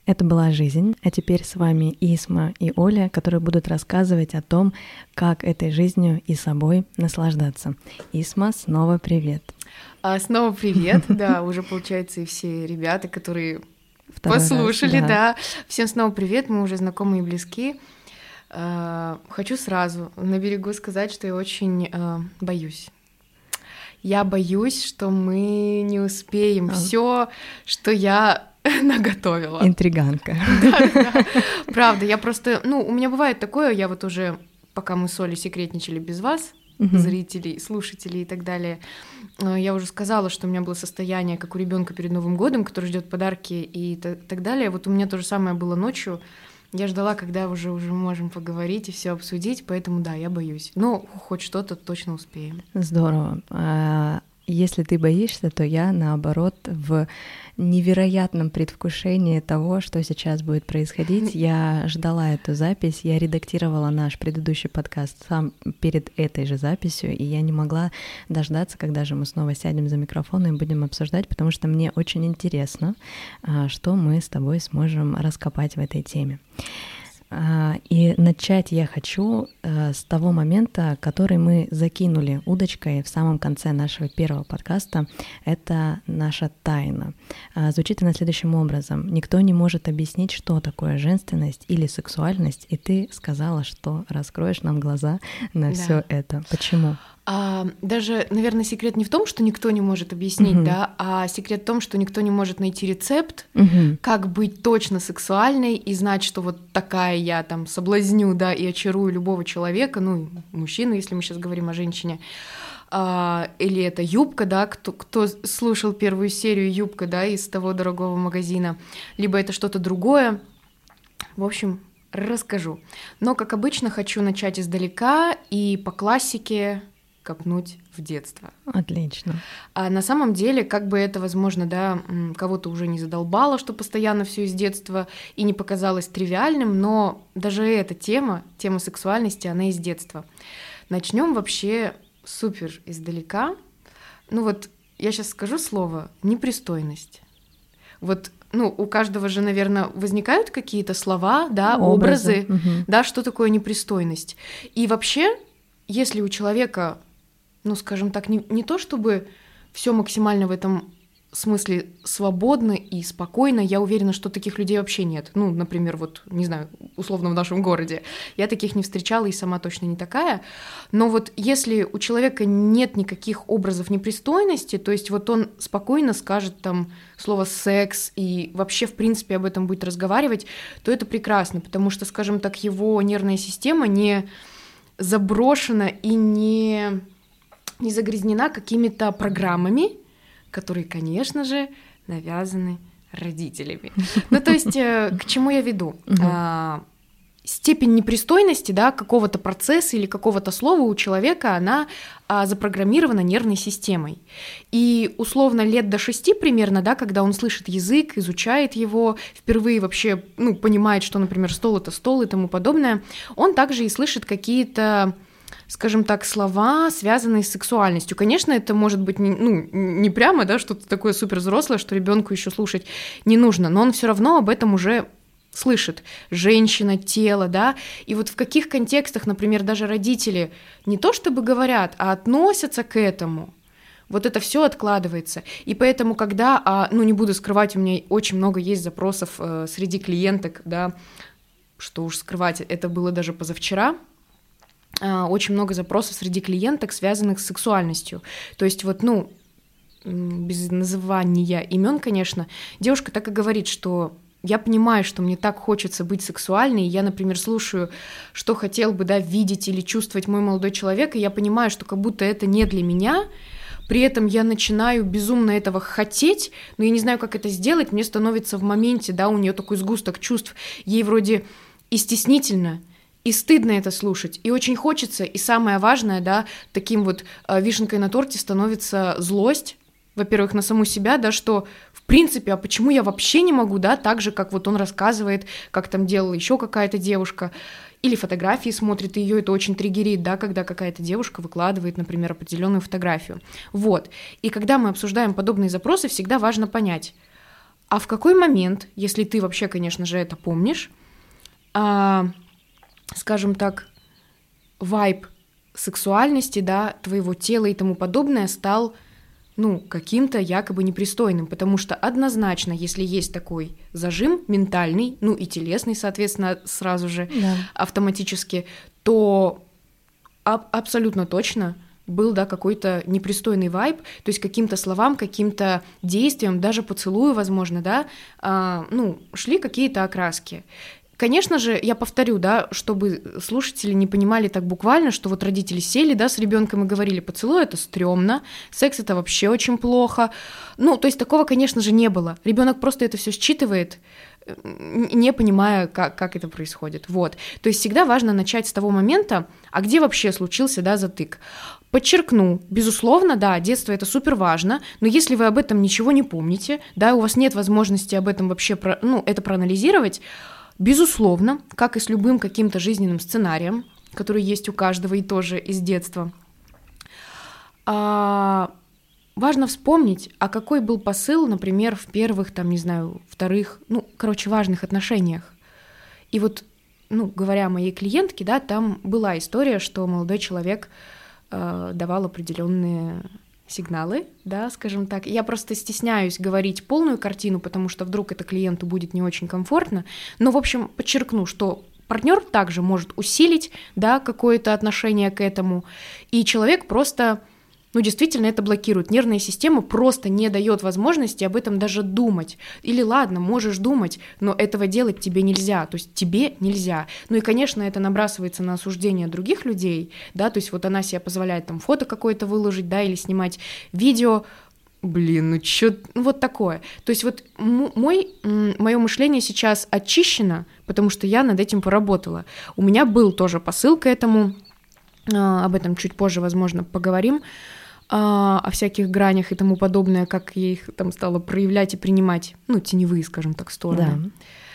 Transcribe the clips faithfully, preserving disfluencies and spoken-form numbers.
Это была «Жизнь», а теперь с вами Исма и Оля, которые будут рассказывать о том, как этой жизнью и собой наслаждаться. Исма, снова привет. А, снова привет, да, уже, получается, и все ребята, которые Второй послушали, раз, да. да. Всем снова привет, мы уже знакомы и близки. Хочу сразу на берегу сказать, что я очень боюсь. Я боюсь, что мы не успеем а. все, что я наготовила. Интриганка. Да, да. Правда, я просто... Ну, у меня бывает такое, я вот уже, пока мы с Олей секретничали без вас, угу. зрителей, слушателей и так далее, я уже сказала, что у меня было состояние, как у ребенка перед Новым годом, который ждет подарки и т- так далее. Вот у меня то же самое было ночью. Я ждала, когда уже, уже можем поговорить и все обсудить, поэтому да, я боюсь. Но хоть что-то точно успеем. Здорово. Если ты боишься, то я, наоборот, в невероятном предвкушении того, что сейчас будет происходить. Я ждала эту запись, я редактировала наш предыдущий подкаст сам перед этой же записью, и я не могла дождаться, когда же мы снова сядем за микрофон и будем обсуждать, потому что мне очень интересно, что мы с тобой сможем раскопать в этой теме. И начать я хочу с того момента, который мы закинули удочкой в самом конце нашего первого подкаста. Это наша тайна. Звучит она следующим образом. Никто не может объяснить, что такое женственность или сексуальность, и ты сказала, что раскроешь нам глаза на да. все это. Почему? А, даже, наверное, секрет не в том, что никто не может объяснить, uh-huh. да, а секрет в том, что никто не может найти рецепт, uh-huh. как быть точно сексуальной и знать, что вот такая я там соблазню, да, и очарую любого человека, ну, мужчину, если мы сейчас говорим о женщине, а, или это юбка, да, кто, кто слушал первую серию «Юбка», да, из того дорогого магазина, либо это что-то другое. В общем, расскажу. Но, как обычно, хочу начать издалека и по классике копнуть в детство. Отлично. А на самом деле, как бы это, возможно, да, кого-то уже не задолбало, что постоянно все из детства и не показалось тривиальным, но даже эта тема, тема сексуальности, она из детства. Начнем вообще супер издалека. Ну вот я сейчас скажу слово «непристойность». Вот, ну, у каждого же, наверное, возникают какие-то слова, да, образы, образы угу. да, что такое непристойность. И вообще, если у человека, ну, скажем так, не, не то чтобы все максимально в этом смысле свободно и спокойно, я уверена, что таких людей вообще нет. Ну, например, вот, не знаю, условно в нашем городе. Я таких не встречала и сама точно не такая. Но вот если у человека нет никаких образов непристойности, то есть вот он спокойно скажет там слово «секс» и вообще, в принципе, об этом будет разговаривать, то это прекрасно, потому что, скажем так, его нервная система не заброшена и не, не загрязнена какими-то программами, которые, конечно же, навязаны родителями. Ну, то есть, к чему я веду? А, степень непристойности, да, какого-то процесса или какого-то слова у человека, она а, запрограммирована нервной системой. И условно лет до шести примерно, да, когда он слышит язык, изучает его, впервые вообще, ну, понимает, что, например, стол — это стол и тому подобное, он также и слышит какие-то, скажем так, слова, связанные с сексуальностью. Конечно, это может быть не, ну, не прямо, да, что-то такое супервзрослое, что ребенку еще слушать не нужно, но он все равно об этом уже слышит. Женщина, тело, да, и вот в каких контекстах, например, даже родители не то чтобы говорят, а относятся к этому. Вот это все откладывается. И поэтому, когда, ну, не буду скрывать, у меня очень много есть запросов э, среди клиенток, да, что уж скрывать, это было даже позавчера, очень много запросов среди клиенток, связанных с сексуальностью. То есть вот, ну, без называния имен, конечно, девушка так и говорит, что я понимаю, что мне так хочется быть сексуальной, и я, например, слушаю, что хотел бы, да, видеть или чувствовать мой молодой человек, и я понимаю, что как будто это не для меня, при этом я начинаю безумно этого хотеть, но я не знаю, как это сделать, мне становится в моменте, да, у нее такой сгусток чувств, ей вроде и стеснительно, и стыдно это слушать, и очень хочется, и самое важное, да, таким вот э, вишенкой на торте становится злость, во-первых, на саму себя, да, что, в принципе, а почему я вообще не могу, да, так же, как вот он рассказывает, как там делала еще какая-то девушка, или фотографии смотрит, и ее это очень триггерит, да, когда какая-то девушка выкладывает, например, определенную фотографию. Вот, и когда мы обсуждаем подобные запросы, всегда важно понять, а в какой момент, если ты вообще, конечно же, это помнишь, а, скажем так, вайб сексуальности, да, твоего тела и тому подобное стал, ну, каким-то якобы непристойным, потому что однозначно, если есть такой зажим ментальный, ну и телесный, соответственно, сразу же да. автоматически, то аб- абсолютно точно был, да, какой-то непристойный вайб, то есть каким-то словам, каким-то действиям, даже поцелую, возможно, да, а, ну, шли какие-то окраски. Конечно же, я повторю, да, чтобы слушатели не понимали так буквально, что вот родители сели, да, с ребенком и говорили: поцелуй — это стрёмно, секс — это вообще очень плохо. Ну, то есть такого, конечно же, не было. Ребенок просто это все считывает, не понимая, как, как это происходит. Вот. То есть всегда важно начать с того момента, а где вообще случился, да, затык. Подчеркну, безусловно, да, детство — это супер важно, но если вы об этом ничего не помните, да, у вас нет возможности об этом вообще, про, ну, это проанализировать, безусловно, как и с любым каким-то жизненным сценарием, который есть у каждого и тоже из детства, а, важно вспомнить, а какой был посыл, например, в первых, там, не знаю, вторых, ну, короче, важных отношениях. И вот, ну, говоря о моей клиентке, да, там была история, что молодой человек э, давал определенные сигналы, да, скажем так. Я просто стесняюсь говорить полную картину, потому что вдруг это клиенту будет не очень комфортно. Но, в общем, подчеркну, что партнер также может усилить, да, какое-то отношение к этому, и человек просто, ну, действительно это блокирует. Нервная система просто не дает возможности об этом даже думать. Или ладно, можешь думать, но этого делать тебе нельзя, то есть тебе нельзя. Ну и, конечно, это набрасывается на осуждение других людей, да, то есть вот она себе позволяет там фото какое-то выложить, да, или снимать видео. Блин, ну чё, ну вот такое. То есть вот мой, мое мышление сейчас очищено, потому что я над этим поработала. У меня был тоже посыл к этому, об этом чуть позже, возможно, поговорим, о всяких гранях и тому подобное, как я их там стала проявлять и принимать, ну, теневые, скажем так, стороны.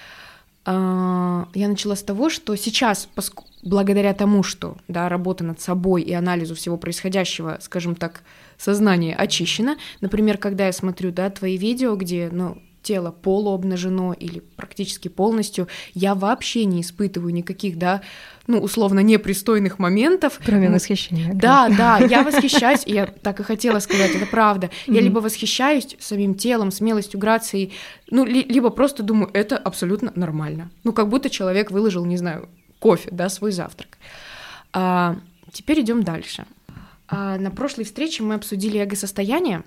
Да. Я начала с того, что сейчас, благодаря тому, что, да, работа над собой и анализу всего происходящего, скажем так, сознание очищено. Например, когда я смотрю, да, твои видео, где, ну, тело полуобнажено или практически полностью, я вообще не испытываю никаких, да, ну, условно, непристойных моментов. Кроме восхищения. Да, да, я восхищаюсь, и я так и хотела сказать, это правда. Я либо восхищаюсь самим телом, смелостью, грацией, ну, ли, либо просто думаю, это абсолютно нормально. Ну, как будто человек выложил, не знаю, кофе, да, свой завтрак. А, теперь идем дальше. А, на прошлой встрече мы обсудили эго-состояние,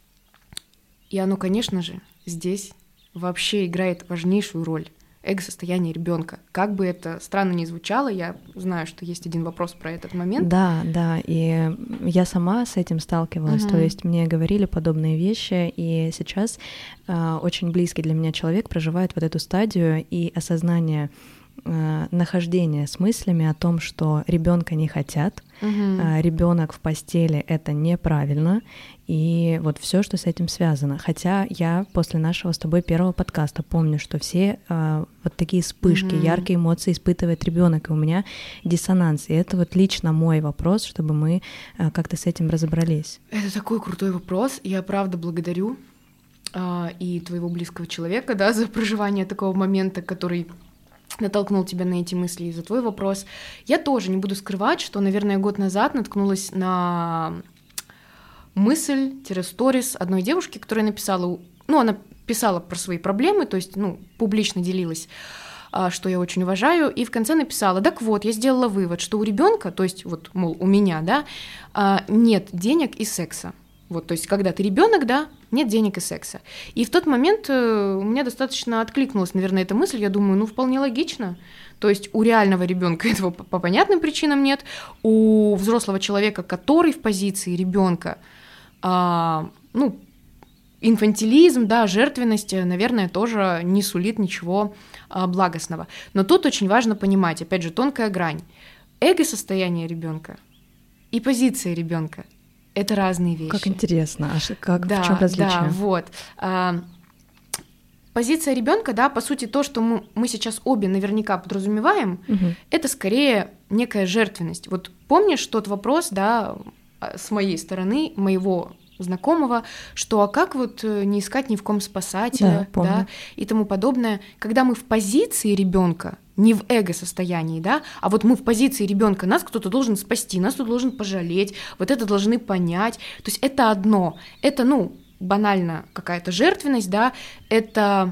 и оно, конечно же, здесь вообще играет важнейшую роль. Эго-состояние ребенка. Как бы это странно ни звучало, я знаю, что есть один вопрос про этот момент. Да, да, и я сама с этим сталкивалась, угу. То есть мне говорили подобные вещи, и сейчас э, очень близкий для меня человек проживает вот эту стадию и осознание э, нахождения с мыслями о том, что ребенка не хотят, угу. э, ребенок в постели — это неправильно, и вот все, что с этим связано. Хотя я после нашего с тобой первого подкаста помню, что все э, вот такие вспышки, mm-hmm. яркие эмоции испытывает ребенок, и у меня диссонанс. И это вот лично мой вопрос, чтобы мы э, как-то с этим разобрались. Это такой крутой вопрос. Я правда благодарю э, и твоего близкого человека, да, за проживание такого момента, который натолкнул тебя на эти мысли, и за твой вопрос. Я тоже не буду скрывать, что, наверное, год назад наткнулась на мысль-сторис одной девушки, которая написала, ну, она писала про свои проблемы, то есть, ну, публично делилась, что я очень уважаю, и в конце написала: так вот, я сделала вывод, что у ребенка, то есть, вот, мол, у меня, да, нет денег и секса. Вот, то есть, когда ты ребенок, да, нет денег и секса. И в тот момент у меня достаточно откликнулась, наверное, эта мысль, я думаю, ну, вполне логично. То есть у реального ребенка этого по понятным причинам нет, у взрослого человека, который в позиции ребенка, а, ну, инфантилизм, да, жертвенность, наверное, тоже не сулит ничего а, благостного. Но тут очень важно понимать, опять же, тонкая грань. Эго-состояние ребенка и позиция ребенка — это разные вещи. Как интересно, а как, да, в чем различие? Да, вот. А, позиция ребенка, да, по сути, то, что мы, мы сейчас обе наверняка подразумеваем, угу. это скорее некая жертвенность. Вот помнишь тот вопрос, да, с моей стороны, моего знакомого, что а как вот не искать ни в ком спасателя, да, да, и тому подобное. Когда мы в позиции ребенка, не в эго-состоянии, да, а вот мы в позиции ребенка, нас кто-то должен спасти, нас кто-то должен пожалеть, вот это должны понять. То есть это одно, это, ну, банально какая-то жертвенность, да, это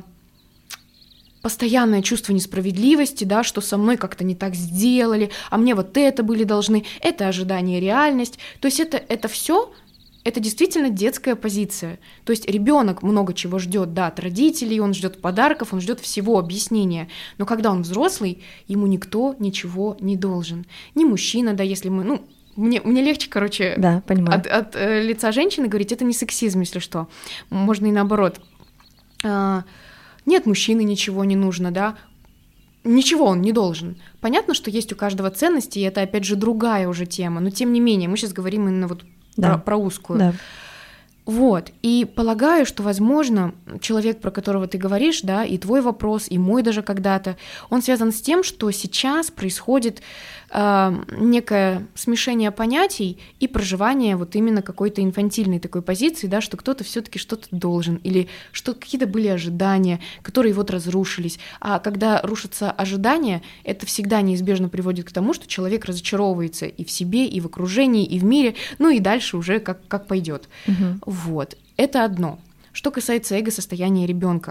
постоянное чувство несправедливости, да, что со мной как-то не так сделали, а мне вот это были должны, это ожидание, реальность. То есть это, это все, это действительно детская позиция. То есть ребенок много чего ждет, да, от родителей, он ждет подарков, он ждет всего объяснения. Но когда он взрослый, ему никто ничего не должен. Ни мужчина, да, если мы, ну, Мне, мне легче, короче, да, понимаю. от, от э, лица женщины говорить, это не сексизм, если что. Можно и наоборот. А, нет, мужчины ничего не нужно, да, ничего он не должен. Понятно, что есть у каждого ценности, и это, опять же, другая уже тема, но тем не менее, мы сейчас говорим именно вот да. про, про узкую. Да. Вот, и полагаю, что, возможно, человек, про которого ты говоришь, да, и твой вопрос, и мой даже когда-то, он связан с тем, что сейчас происходит э, некое смешение понятий и проживание вот именно какой-то инфантильной такой позиции, да, что кто-то все-таки что-то должен, или что какие-то были ожидания, которые вот разрушились. А когда рушатся ожидания, это всегда неизбежно приводит к тому, что человек разочаровывается и в себе, и в окружении, и в мире, ну и дальше уже как, как пойдет. Угу. Вот, это одно. Что касается эго-состояния ребенка,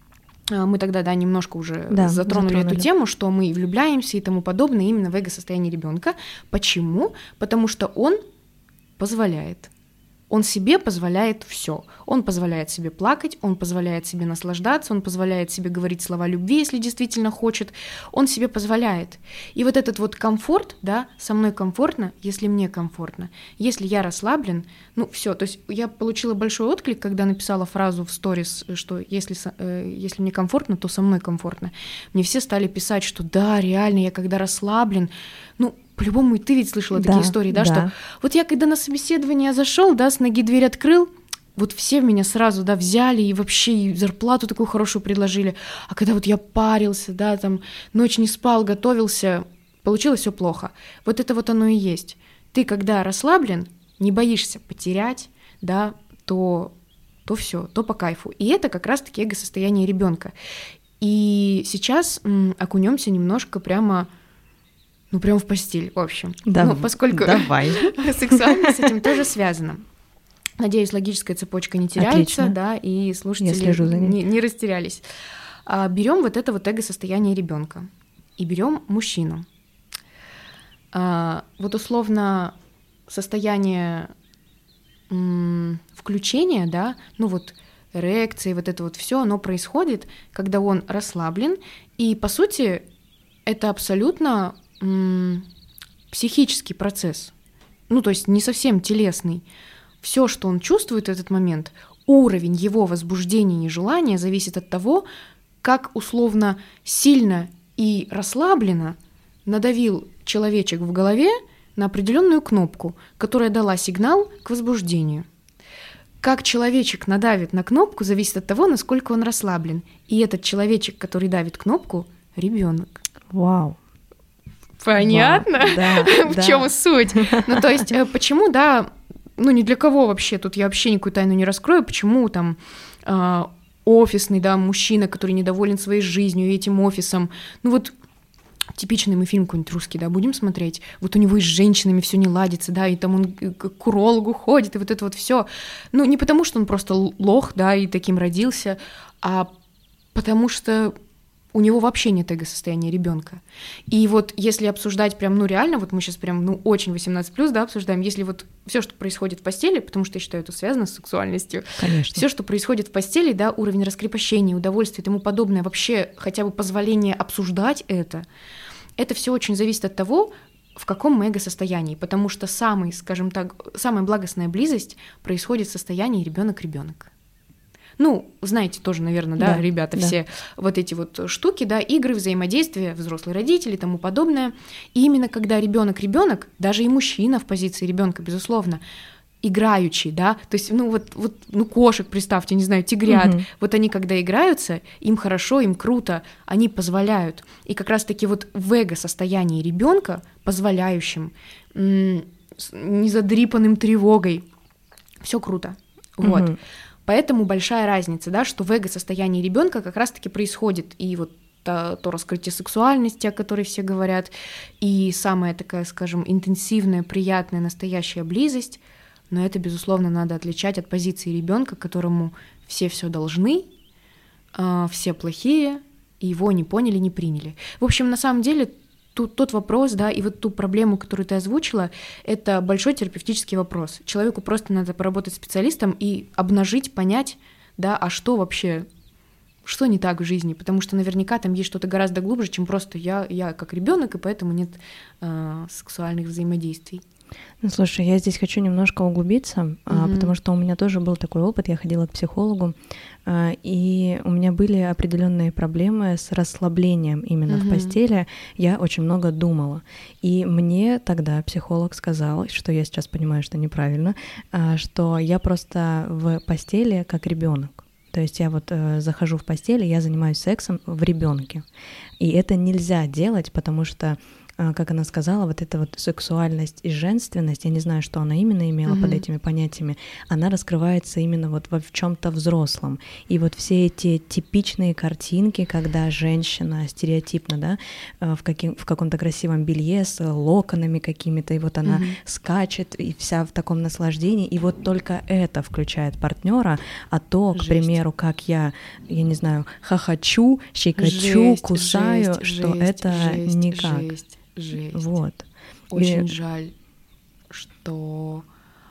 мы тогда, да, немножко уже да, затронули, затронули эту тему, что мы влюбляемся и тому подобное именно в эго-состоянии ребенка. Почему? Потому что он позволяет. Он себе позволяет все. Он позволяет себе плакать, он позволяет себе наслаждаться, он позволяет себе говорить слова любви, если действительно хочет. Он себе позволяет. И вот этот вот комфорт, да, со мной комфортно, если мне комфортно. Если я расслаблен, ну все. То есть я получила большой отклик, когда написала фразу в сторис, что если, э, если мне комфортно, то со мной комфортно. Мне все стали писать, что да, реально, я когда расслаблен, ну, по-любому и ты ведь слышала да, такие истории, да, да, что вот я когда на собеседование зашел, да, с ноги дверь открыл, вот все меня сразу, да, взяли и вообще и зарплату такую хорошую предложили, а когда вот я парился, да, там, ночь не спал, готовился, получилось все плохо. Вот это вот оно и есть. Ты, когда расслаблен, не боишься потерять, да, то, то все, то по кайфу. И это как раз-таки эго-состояние ребенка. И сейчас м, окунемся немножко прямо... Ну, прям в постель, в общем. Да, ну, поскольку давай. сексуальность с этим тоже связана. Надеюсь, логическая цепочка не теряется, Отлично. Да, и слушатели не, не растерялись. А, берем вот это вот эго-состояние ребенка и берем мужчину. А, вот условно состояние м- включения, да, ну вот эрекции, вот это вот все, оно происходит, когда он расслаблен, и, по сути, это абсолютно психический процесс, ну, то есть не совсем телесный. Все, что он чувствует в этот момент, уровень его возбуждения и желания зависит от того, как условно сильно и расслабленно надавил человечек в голове на определенную кнопку, которая дала сигнал к возбуждению. Как человечек надавит на кнопку, зависит от того, насколько он расслаблен. И этот человечек, который давит кнопку, ребенок. Вау. Понятно, да, в да. чем суть? Ну, то есть, почему, да, ну, ни для кого вообще, тут я вообще никакую тайну не раскрою, почему там э, офисный, да, мужчина, который недоволен своей жизнью и этим офисом, ну, вот типичный мы фильм какой-нибудь русский, да, будем смотреть, вот у него и с женщинами все не ладится, да, и там он к урологу ходит, и вот это вот все, ну, не потому что он просто лох, да, и таким родился, а потому что у него вообще нет эго-состояния ребенка. И вот если обсуждать прям, ну реально, вот мы сейчас прям, ну очень восемнадцать плюс, да, обсуждаем, если вот все, что происходит в постели, потому что я считаю, это связано с сексуальностью, все, что происходит в постели, да, уровень раскрепощения, удовольствия и тому подобное, вообще хотя бы позволение обсуждать это, это все очень зависит от того, в каком мы эго-состоянии, потому что самый, скажем так, самая благостная близость происходит в состоянии ребенок-ребенок. Ну, знаете тоже, наверное, да, да ребята, да. Все вот эти вот штуки, да, игры, взаимодействие, взрослые родители и тому подобное. И именно когда ребенок-ребенок, даже и мужчина в позиции ребенка, безусловно, играющий, да, то есть, ну вот, вот ну кошек, представьте, не знаю, тигрят, угу. Вот они когда играются, им хорошо, им круто, они позволяют. И как раз-таки вот в эго-состоянии ребенка, позволяющим, м- незадрипанным тревогой, все круто. Вот. Мгм. Поэтому большая разница, да, что в эго-состоянии ребенка как раз-таки происходит и вот то, то раскрытие сексуальности, о которой все говорят, и самая такая, скажем, интенсивная, приятная, настоящая близость. Но это, безусловно, надо отличать от позиции ребенка, которому все все должны, э, все плохие, и его не поняли, не приняли. В общем, на самом деле, тут, тот вопрос, да, и вот ту проблему, которую ты озвучила, это большой терапевтический вопрос. Человеку просто надо поработать с специалистом и обнажить, понять, да, а что вообще, что не так в жизни, потому что наверняка там есть что-то гораздо глубже, чем просто я, я как ребенок, и поэтому нет э, сексуальных взаимодействий. Ну, слушай, я здесь хочу немножко углубиться, Mm-hmm. а, потому что у меня тоже был такой опыт. Я ходила к психологу, а, и у меня были определенные проблемы с расслаблением именно Mm-hmm. в постели. Я очень много думала. И мне тогда психолог сказал, что я сейчас понимаю, что неправильно, а, что я просто в постели как ребенок. То есть я вот э, захожу в постель, и я занимаюсь сексом в ребенке. И это нельзя делать, потому что, э, как она сказала, вот эта вот сексуальность и женственность, я не знаю, что она именно имела mm-hmm. под этими понятиями, она раскрывается именно вот в чем-то взрослом. И вот все эти типичные картинки, когда женщина стереотипно, да, э, в, каким, в каком-то красивом белье с локонами какими-то, и вот она mm-hmm. скачет, и вся в таком наслаждении, и вот только это включает партнера, а то, Жесть. К примеру, как я, я не знаю, хохочу, щекочу, Жесть, кусаю, жесть, что жесть, это жесть, никак. Жесть, жесть. Вот. Очень И жаль, что...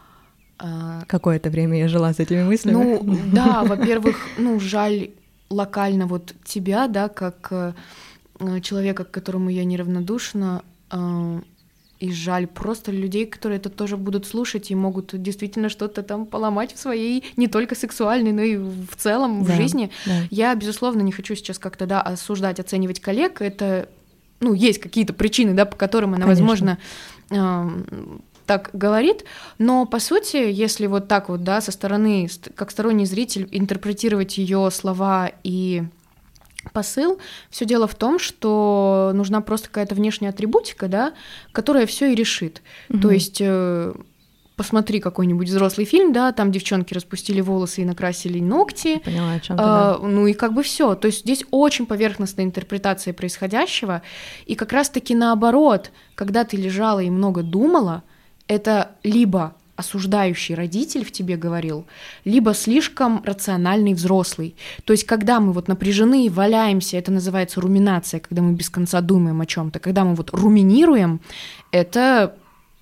а, какое-то время я жила с этими мыслями. Ну, да, во-первых, ну, жаль локально вот тебя, да, как э, человека, к которому я неравнодушна, э, и жаль просто людей, которые это тоже будут слушать и могут действительно что-то там поломать в своей, не только сексуальной, но и в целом в Да, жизни. да. Я, безусловно, не хочу сейчас как-то, да, осуждать, оценивать коллег. Это, ну, есть какие-то причины, да, по которым она, Конечно. возможно, э, так говорит, но по сути, если вот так вот, да, со стороны, как сторонний зритель, интерпретировать ее слова и посыл, все дело в том, что нужна просто какая-то внешняя атрибутика, да, которая все и решит. Угу. То есть э, посмотри какой-нибудь взрослый фильм, да, там девчонки распустили волосы и накрасили ногти. Поняла, о чем ты, а, да. Ну и как бы все. То есть здесь очень поверхностная интерпретация происходящего, и как раз-таки наоборот, когда ты лежала и много думала, это либо осуждающий родитель в тебе говорил, либо слишком рациональный взрослый. То есть, когда мы вот напряжены и валяемся, это называется руминация, когда мы без конца думаем о чем-то. Когда мы вот руминируем, это...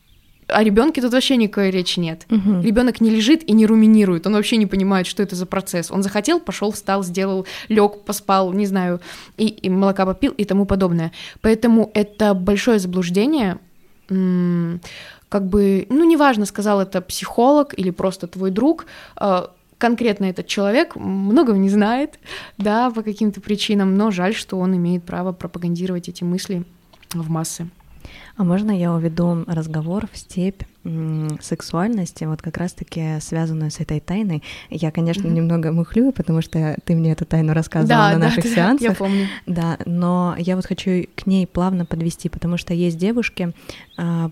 О ребенке тут вообще никакой речи нет. Угу. Ребенок не лежит и не руминирует, он вообще не понимает, что это за процесс. Он захотел, пошел, встал, сделал, лег, поспал, не знаю, и, и молока попил и тому подобное. Поэтому это большое заблуждение. М- Как бы, ну, неважно, сказал это психолог или просто твой друг, конкретно этот человек многого не знает, да, по каким-то причинам, но жаль, что он имеет право пропагандировать эти мысли в массы. А можно я уведу разговор в степь м, сексуальности, вот как раз-таки связанную с этой тайной? Я, конечно, mm-hmm. немного мухлюю, потому что ты мне эту тайну рассказывала да, на да, наших да, сеансах. Я помню. Да, но я вот хочу к ней плавно подвести, потому что есть девушки а,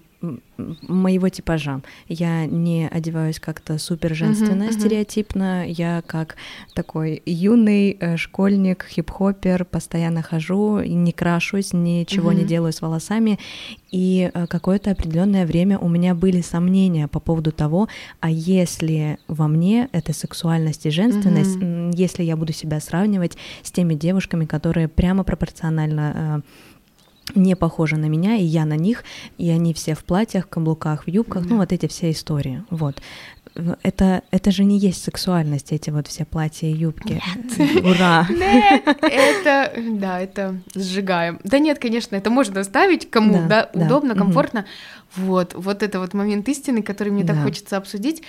моего типажа. Я не одеваюсь как-то супер женственно, uh-huh, стереотипно. Uh-huh. Я как такой юный э, школьник, хип-хопер, постоянно хожу, не крашусь, ничего uh-huh. не делаю с волосами. И э, какое-то определенное время у меня были сомнения по поводу того, а если во мне эта сексуальность и женственность, uh-huh. если я буду себя сравнивать с теми девушками, которые прямо пропорционально э, не похожи на меня, и я на них, и они все в платьях, каблуках, в юбках, да. ну вот эти все истории, вот. Это, это же не есть сексуальность, эти вот все платья и юбки. Нет. Ура! Нет, это, да, это сжигаем. Да нет, конечно, это можно оставить, кому да, да, да. удобно, комфортно. Угу. Вот, вот это вот момент истины, который мне да. так хочется обсудить.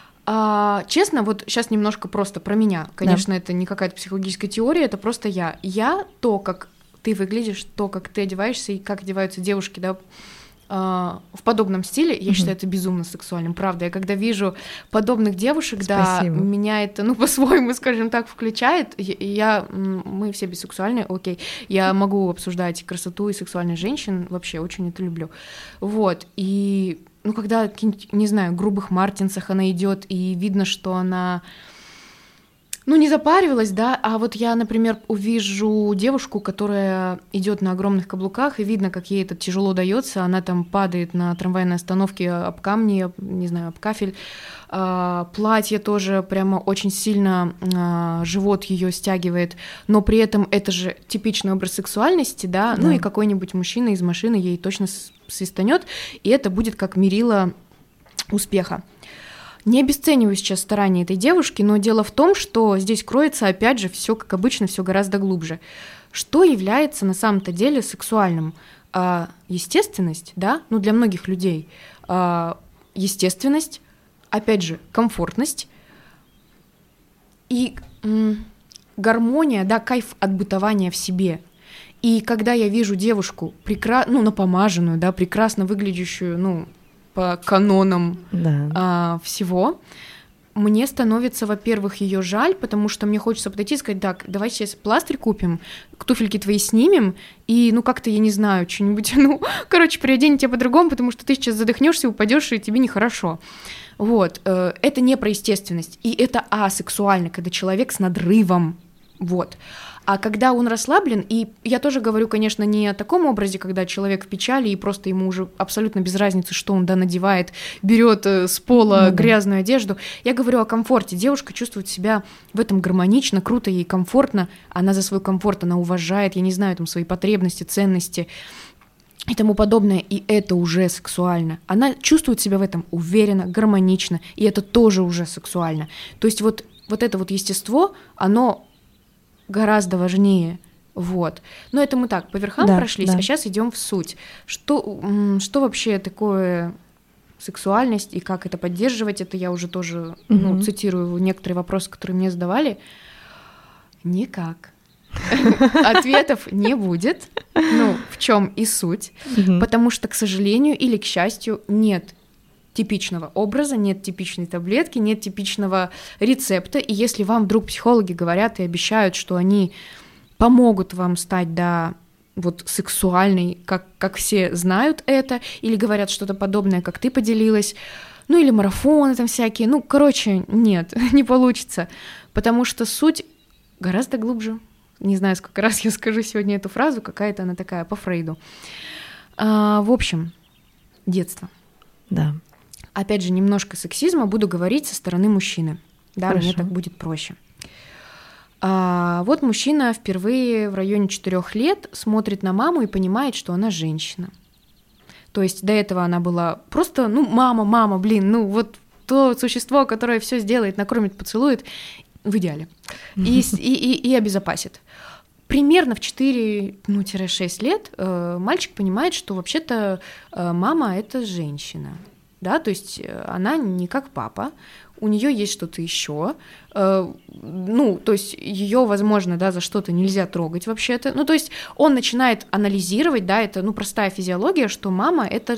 А, честно, вот сейчас немножко просто про меня. Конечно, да. это не какая-то психологическая теория, это просто я. Я то, как ты выглядишь, то, как ты одеваешься и как одеваются девушки, да, в подобном стиле, я mm-hmm. считаю это безумно сексуальным, правда. Я когда вижу подобных девушек, Спасибо. да, меня это, ну, по-своему, скажем так, включает. Я, мы все бисексуальные, окей. Я могу обсуждать красоту и сексуальность женщин, вообще очень это люблю. Вот, и ну, когда, не знаю, в грубых мартинсах она идет, и видно, что она, ну, не запаривалась, да, а вот я, например, увижу девушку, которая идет на огромных каблуках, и видно, как ей это тяжело дается, она там падает на трамвайной остановке об камни, не знаю, об кафель, а, платье тоже прямо очень сильно а, живот ее стягивает, но при этом это же типичный образ сексуальности, да, да. Ну и какой-нибудь мужчина из машины ей точно свистанет, и это будет как мерило успеха. Не обесцениваю сейчас старания этой девушки, но дело в том, что здесь кроется, опять же, все как обычно, все гораздо глубже. Что является на самом-то деле сексуальным? А, естественность, да, ну для многих людей. А, естественность, опять же, комфортность и м- гармония, да, кайф от бытования в себе. И когда я вижу девушку, прекра... ну, напомаженную, да, прекрасно выглядящую, ну, по канонам да. а, всего, мне становится, во-первых, ее жаль, потому что мне хочется подойти и сказать: так, давай сейчас пластырь купим, туфельки твои снимем, и, ну, как-то, я не знаю, что-нибудь, ну, короче, приодень тебя по-другому, потому что ты сейчас задохнешься, упадешь, и тебе нехорошо. Вот, э, это не про естественность, и это асексуально, когда человек с надрывом, вот. А когда он расслаблен, и я тоже говорю, конечно, не о таком образе, когда человек в печали, и просто ему уже абсолютно без разницы, что он, да, надевает, берет с пола ну, грязную да. одежду. Я говорю о комфорте. Девушка чувствует себя в этом гармонично, круто, ей комфортно, она за свой комфорт, она уважает, я не знаю, там, свои потребности, ценности и тому подобное, и это уже сексуально. Она чувствует себя в этом уверенно, гармонично, и это тоже уже сексуально. То есть вот, вот это вот естество, оно гораздо важнее, вот. Но это мы так, по верхам да, прошлись, да. А сейчас идем в суть. Что, что вообще такое сексуальность и как это поддерживать? Это я уже тоже угу. ну, цитирую некоторые вопросы, которые мне задавали. Никак. Ответов не будет. Ну, в чем и суть. Потому что, к сожалению или к счастью, нет типичного образа, нет типичной таблетки, нет типичного рецепта, и если вам вдруг психологи говорят и обещают, что они помогут вам стать, да, вот сексуальной, как, как все знают это, или говорят что-то подобное, как ты поделилась, ну или марафоны там всякие, ну, короче, нет, не получится, потому что суть гораздо глубже. Не знаю, сколько раз я скажу сегодня эту фразу, какая-то она такая по Фрейду. А, в общем, детство. Да. Опять же, немножко сексизма буду говорить со стороны мужчины. Да, Хорошо. Мне так будет проще. А, вот мужчина впервые в районе четырех лет смотрит на маму и понимает, что она женщина. То есть до этого она была просто, ну, мама, мама, блин, ну вот то существо, которое все сделает, накормит, поцелует, в идеале, и, и, и, и обезопасит. Примерно в четыре-шесть лет э, мальчик понимает, что вообще-то э, мама — это женщина. Да, то есть она не как папа, у нее есть что-то еще, э, ну, то есть ее, возможно, да, за что-то нельзя трогать вообще-то, ну, то есть он начинает анализировать, да, это, ну, простая физиология, что мама — это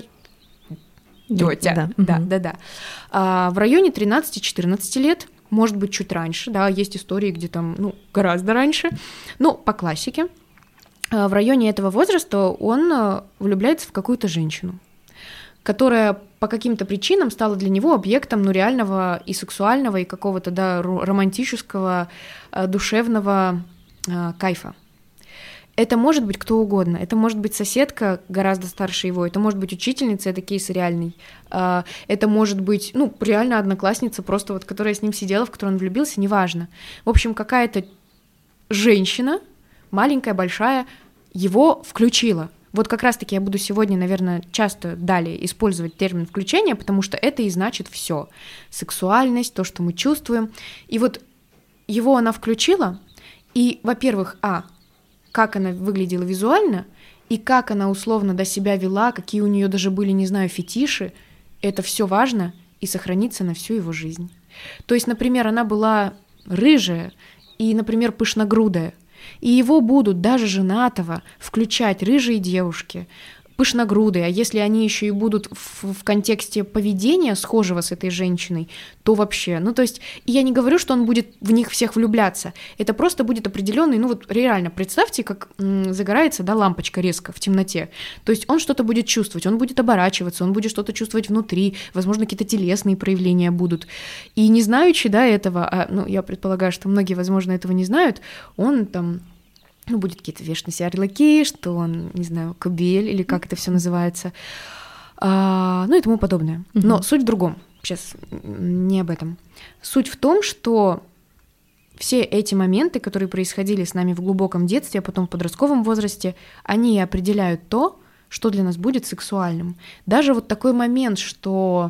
тетя, да, да, угу. да, да. А в районе тринадцати-четырнадцати лет, может быть, чуть раньше, да, есть истории, где там, ну, гораздо раньше, но по классике, в районе этого возраста он влюбляется в какую-то женщину, которая по каким-то причинам стала для него объектом, ну, реального и сексуального, и какого-то, да, романтического, душевного э, кайфа. Это может быть кто угодно. Это может быть соседка гораздо старше его, это может быть учительница, это кейс реальный. Э, это может быть, ну, реально одноклассница, просто вот, которая с ним сидела, в которую он влюбился, неважно. В общем, какая-то женщина, маленькая, большая, его включила. Вот как раз-таки я буду сегодня, наверное, часто далее использовать термин «включение», потому что это и значит все. Сексуальность, то, что мы чувствуем. И вот его она включила, и, во-первых, а, как она выглядела визуально, и как она условно до себя вела, какие у нее даже были, не знаю, фетиши, это все важно и сохранится на всю его жизнь. То есть, например, она была рыжая и, например, пышногрудая, и его будут, даже женатого, включать рыжие девушки, пышногрудые, а если они еще и будут в, в контексте поведения схожего с этой женщиной, то вообще, ну то есть, и я не говорю, что он будет в них всех влюбляться, это просто будет определенный, ну вот реально, представьте, как м, загорается, да, лампочка резко в темноте, то есть он что-то будет чувствовать, он будет оборачиваться, он будет что-то чувствовать внутри, возможно, какие-то телесные проявления будут, и не знаючи, да, этого, а, ну я предполагаю, что многие, возможно, этого не знают, он там ну, будет какие-то вешать на себя ярлыки, что он, не знаю, кобель, или как это все называется, а, ну и тому подобное. Mm-hmm. Но суть в другом. Сейчас не об этом. Суть в том, что все эти моменты, которые происходили с нами в глубоком детстве, а потом в подростковом возрасте, они определяют то, что для нас будет сексуальным. Даже вот такой момент, что,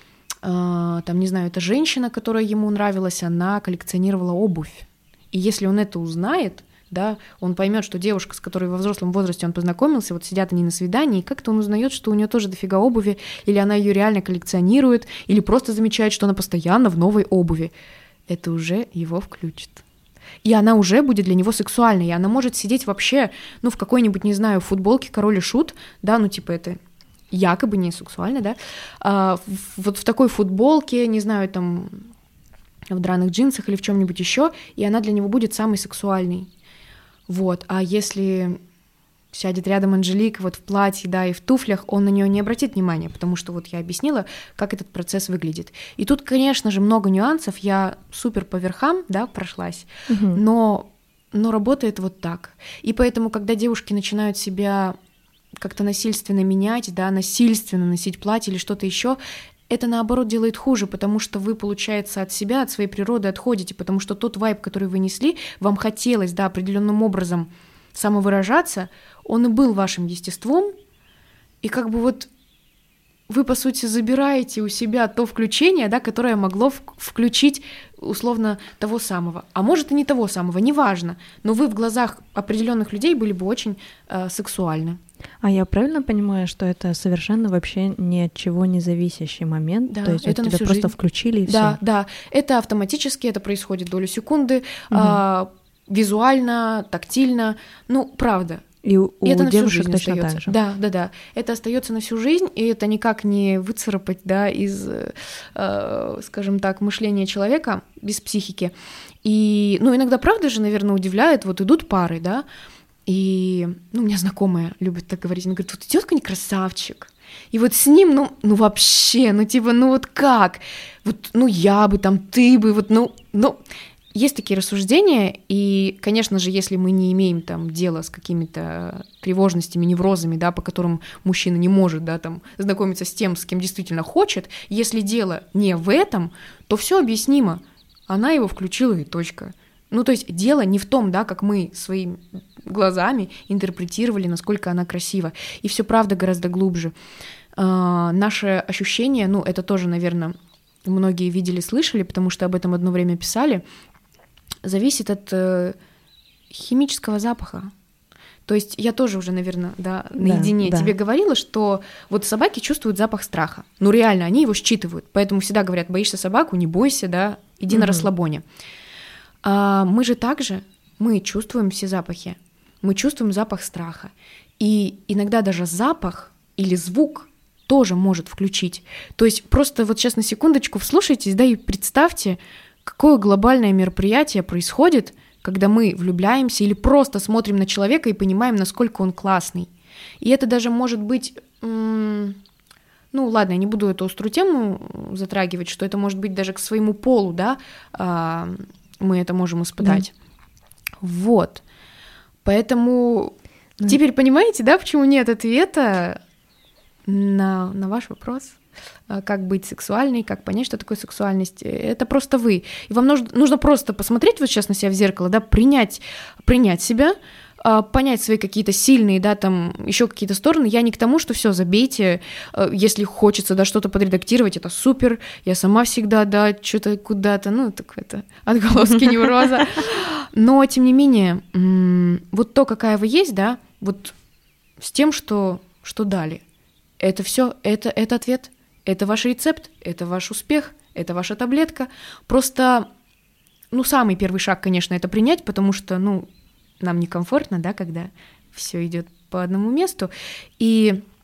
э, там, не знаю, эта женщина, которая ему нравилась, она коллекционировала обувь. И если он это узнает, да, он поймет, что девушка, с которой во взрослом возрасте он познакомился, вот сидят они на свидании, и как-то он узнает, что у нее тоже дофига обуви, или она ее реально коллекционирует, или просто замечает, что она постоянно в новой обуви. Это уже его включит. И она уже будет для него сексуальной, и она может сидеть вообще, ну, в какой-нибудь, не знаю, футболке Король и Шут, да, ну, типа это якобы не сексуально, да, а, вот в такой футболке, не знаю, там, в драных джинсах или в чем-нибудь еще, и она для него будет самой сексуальной. Вот, а если сядет рядом Анжелика вот в платье, да, и в туфлях, он на нее не обратит внимания, потому что вот я объяснила, как этот процесс выглядит. И тут, конечно же, много нюансов, я супер по верхам, да, прошлась, угу. но, но работает вот так. И поэтому, когда девушки начинают себя как-то насильственно менять, да, насильственно носить платье или что-то еще, это, наоборот, делает хуже, потому что вы, получается, от себя, от своей природы отходите, потому что тот вайб, который вы несли, вам хотелось, да, определенным образом самовыражаться, он и был вашим естеством, и как бы вот вы, по сути, забираете у себя то включение, да, которое могло в- включить, условно, того самого. А может, и не того самого, неважно, но вы в глазах определенных людей были бы очень э, сексуальны. А я правильно понимаю, что это совершенно вообще ни от чего не зависящий момент? Да, то есть это вот тебя просто жизнь. Включили и да, все. Да, да, это автоматически, это происходит долю секунды, угу. а, визуально, тактильно, ну, правда. И у, и это у на девушек всю жизнь точно остается. так же. Да, да, да. Это остается на всю жизнь, и это никак не выцарапать, да, из, э, скажем так, мышления человека без психики. И, ну, иногда, правда же, наверное, удивляет, вот идут пары, да, и, ну, у меня знакомая любит так говорить, она говорит, вот идет какой-нибудь красавчик, и вот с ним, ну, ну вообще, ну типа, ну вот как, вот, ну я бы там, ты бы, вот, ну, ну, есть такие рассуждения, и, конечно же, если мы не имеем там дела с какими-то тревожностями, неврозами, да, по которым мужчина не может, да, там, знакомиться с тем, с кем действительно хочет, если дело не в этом, то все объяснимо, она его включила и точка. Ну, то есть дело не в том, да, как мы своими глазами интерпретировали, насколько она красива. И все правда гораздо глубже. А, наше ощущение, ну, это тоже, наверное, многие видели, слышали, потому что об этом одно время писали, зависит от э, химического запаха. То есть я тоже уже, наверное, да, наедине да, тебе да. говорила, что вот собаки чувствуют запах страха. Ну, реально, они его считывают. Поэтому всегда говорят, боишься собаку, не бойся, да, иди угу. на расслабоне. А мы же также, мы чувствуем все запахи, мы чувствуем запах страха, и иногда даже запах или звук тоже может включить. То есть просто вот сейчас на секундочку вслушайтесь, да, и представьте, какое глобальное мероприятие происходит, когда мы влюбляемся или просто смотрим на человека и понимаем, насколько он классный. И это даже может быть... М- Ну, ладно, я не буду эту острую тему затрагивать, что это может быть даже к своему полу, да, мы это можем испытать. Да. Вот. Поэтому да. теперь понимаете, да, почему нет ответа на, на ваш вопрос? Как быть сексуальной, как понять, что такое сексуальность? Это просто вы. И вам нужно, нужно просто посмотреть вот сейчас на себя в зеркало, да, принять, принять себя, понять свои какие-то сильные, да, там, еще какие-то стороны. Я не к тому, что все забейте, если хочется, да, что-то подредактировать, это супер, я сама всегда, да, что-то куда-то, ну, так это, отголоски невроза. Но, тем не менее, вот то, какая вы есть, да, вот с тем, что, что дали, это все, это, это ответ, это ваш рецепт, это ваш успех, это ваша таблетка. Просто, ну, самый первый шаг, конечно, это принять, потому что, ну, нам некомфортно, да, когда все идет по одному месту. И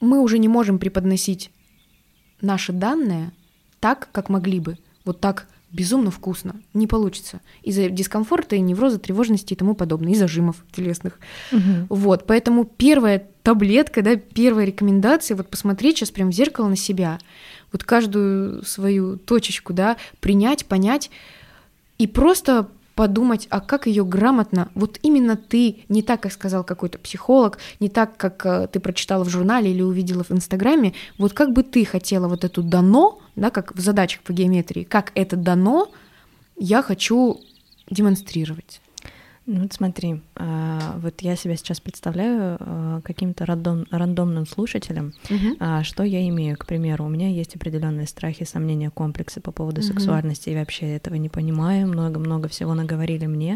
мы уже не можем преподносить наши данные так, как могли бы, вот так безумно вкусно, не получится. Из-за дискомфорта и невроза, тревожности и тому подобное, и зажимов телесных. Угу. Вот, поэтому первая таблетка, да, первая рекомендация, вот посмотреть сейчас прям в зеркало на себя, вот каждую свою точечку, да, принять, понять и просто подумать, а как ее грамотно, вот именно ты, не так, как сказал какой-то психолог, не так, как э, ты прочитала в журнале или увидела в Инстаграме, вот как бы ты хотела вот эту дано, да, как в задачах по геометрии, как это дано, я хочу демонстрировать. Ну вот смотри, вот я себя сейчас представляю каким-то рандом, рандомным слушателем, uh-huh. что я имею, к примеру, у меня есть определенные страхи, сомнения, комплексы по поводу uh-huh. сексуальности, и вообще этого не понимаю, много-много всего наговорили мне,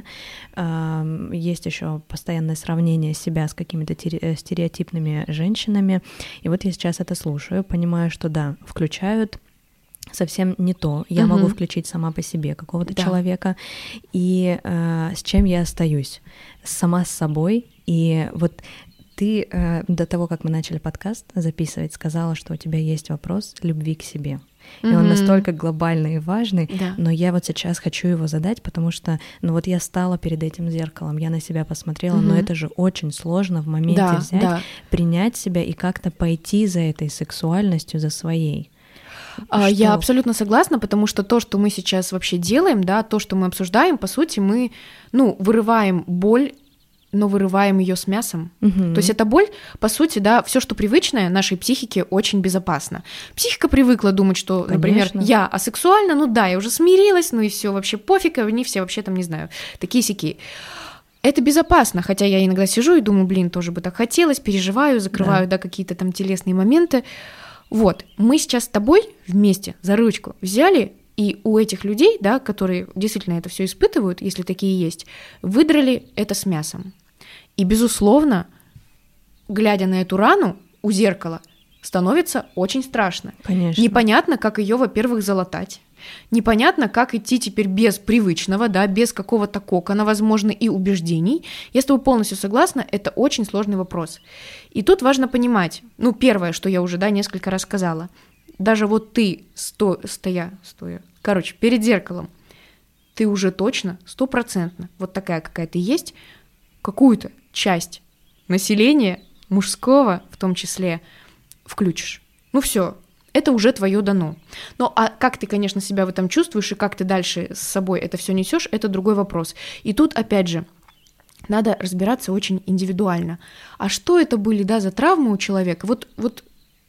есть еще постоянное сравнение себя с какими-то стереотипными женщинами, и вот я сейчас это слушаю, понимаю, что да, включают совсем не то. Я угу. могу включить сама по себе какого-то да. человека. И э, с чем я остаюсь? Сама с собой. И вот ты э, до того, как мы начали подкаст записывать, сказала, что у тебя есть вопрос любви к себе. И угу. он настолько глобальный и важный, да. но я вот сейчас хочу его задать, потому что, ну вот я стала перед этим зеркалом, я на себя посмотрела, угу. но это же очень сложно в моменте да, взять, да. принять себя и как-то пойти за этой сексуальностью, за своей. Что? Я абсолютно согласна, потому что то, что мы сейчас вообще делаем, да, то, что мы обсуждаем, по сути, мы, ну, вырываем боль, но вырываем ее с мясом. Угу. То есть эта боль, по сути, да, все, что привычное нашей психике, очень безопасно. Психика привыкла думать, что, Конечно. например, я асексуальна, ну да, я уже смирилась, ну и все вообще пофиг, они все вообще там, не знаю, такие-сякие. Это безопасно, хотя я иногда сижу и думаю, блин, тоже бы так хотелось, переживаю, закрываю, да, да какие-то там телесные моменты. Вот, мы сейчас с тобой вместе за ручку взяли, и у этих людей, да, которые действительно это все испытывают, если такие есть, выдрали это с мясом. И, безусловно, глядя на эту рану у зеркала, становится очень страшно. Конечно. Непонятно, как ее, во-первых, залатать. Непонятно, как идти теперь без привычного, да, без какого-то кокона, возможно, и убеждений. Я с тобой полностью согласна, это очень сложный вопрос. И тут важно понимать, ну, первое, что я уже, да, несколько раз сказала, даже вот ты, сто, стоя, стоя, короче, перед зеркалом, ты уже точно, стопроцентно, вот такая, какая ты есть, какую-то часть населения, мужского в том числе, включишь. Ну все. Это уже твое дано. Ну, а как ты, конечно, себя в этом чувствуешь и как ты дальше с собой это все несешь, это другой вопрос. И тут, опять же, надо разбираться очень индивидуально. А что это были, да, за травмы у человека? Вот, вот,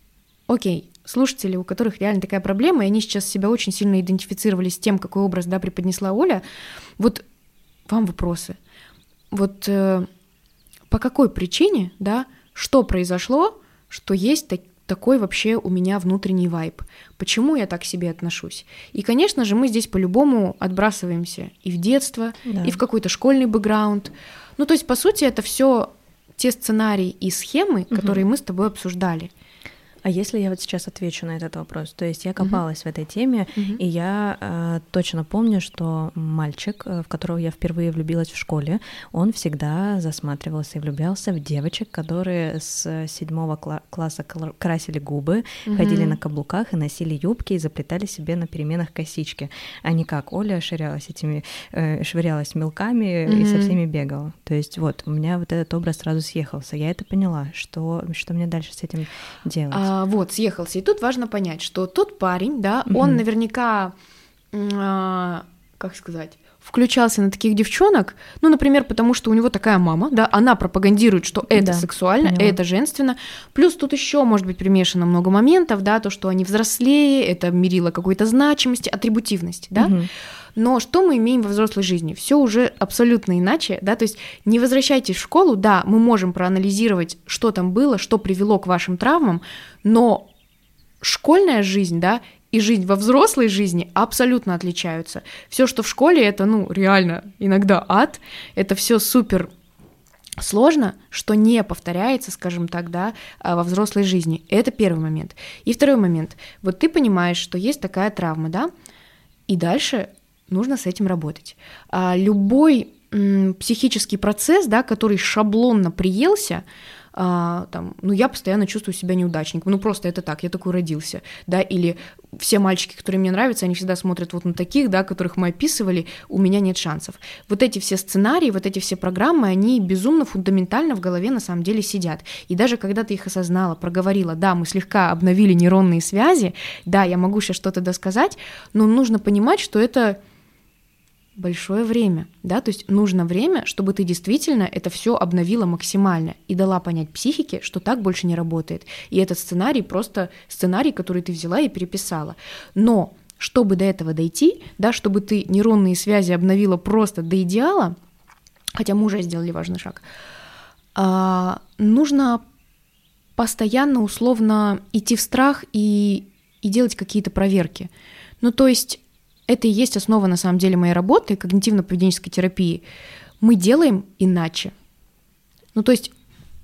окей, слушатели, у которых реально такая проблема, и они сейчас себя очень сильно идентифицировали с тем, какой образ, да, преподнесла Оля, вот вам вопросы. Вот э, по какой причине, да, что произошло, что есть такие, такой вообще у меня внутренний вайб. Почему я так к себе отношусь? И, конечно же, мы здесь по-любому отбрасываемся и в детство, да. и в какой-то школьный бэкграунд. Ну, то есть, по сути, это все те сценарии и схемы, угу. которые мы с тобой обсуждали. А если я вот сейчас отвечу на этот вопрос? То есть я копалась uh-huh. в этой теме, uh-huh. и я э, точно помню, что мальчик, в которого я впервые влюбилась в школе, он всегда засматривался и влюблялся в девочек, которые с седьмого кла- класса красили губы, uh-huh. ходили на каблуках и носили юбки и заплетали себе на переменах косички. А не как Оля ширялась этими, э, швырялась мелками uh-huh. и со всеми бегала. То есть вот у меня вот этот образ сразу съехался. Я это поняла, что, что мне дальше с этим делать. А, вот, съехался. И тут важно понять, что тот парень, да, угу. он наверняка, а, как сказать, включался на таких девчонок, ну, например, потому что у него такая мама, да, она пропагандирует, что это да, сексуально, поняла. Это женственно. Плюс тут еще может быть примешано много моментов, да, то, что они взрослее, это мерило какой-то значимости, атрибутивности, да. Угу. Но что мы имеем во взрослой жизни? Все уже абсолютно иначе, да, то есть не возвращайтесь в школу, да, мы можем проанализировать, что там было, что привело к вашим травмам, но школьная жизнь, да, и жизнь во взрослой жизни абсолютно отличаются. Все, что в школе, это, ну, реально иногда ад, это все супер сложно, что не повторяется, скажем так, да, во взрослой жизни. Это первый момент. И второй момент. Вот ты понимаешь, что есть такая травма, да, и дальше нужно с этим работать. А любой м, психический процесс, да, который шаблонно приелся, а, там, ну, я постоянно чувствую себя неудачником, ну, просто это так, я такой родился, да, или все мальчики, которые мне нравятся, они всегда смотрят вот на таких, да, которых мы описывали, у меня нет шансов. Вот эти все сценарии, вот эти все программы, они безумно фундаментально в голове на самом деле сидят. И даже когда ты их осознала, проговорила, да, мы слегка обновили нейронные связи, да, я могу сейчас что-то досказать, но нужно понимать, что это большое время, да, то есть нужно время, чтобы ты действительно это все обновила максимально и дала понять психике, что так больше не работает. И этот сценарий просто сценарий, который ты взяла и переписала. Но чтобы до этого дойти, да, чтобы ты нейронные связи обновила просто до идеала, хотя мы уже сделали важный шаг, нужно постоянно условно идти в страх и, и делать какие-то проверки. Ну, то есть это и есть основа, на самом деле, моей работы, когнитивно-поведенческой терапии. Мы делаем иначе. Ну, то есть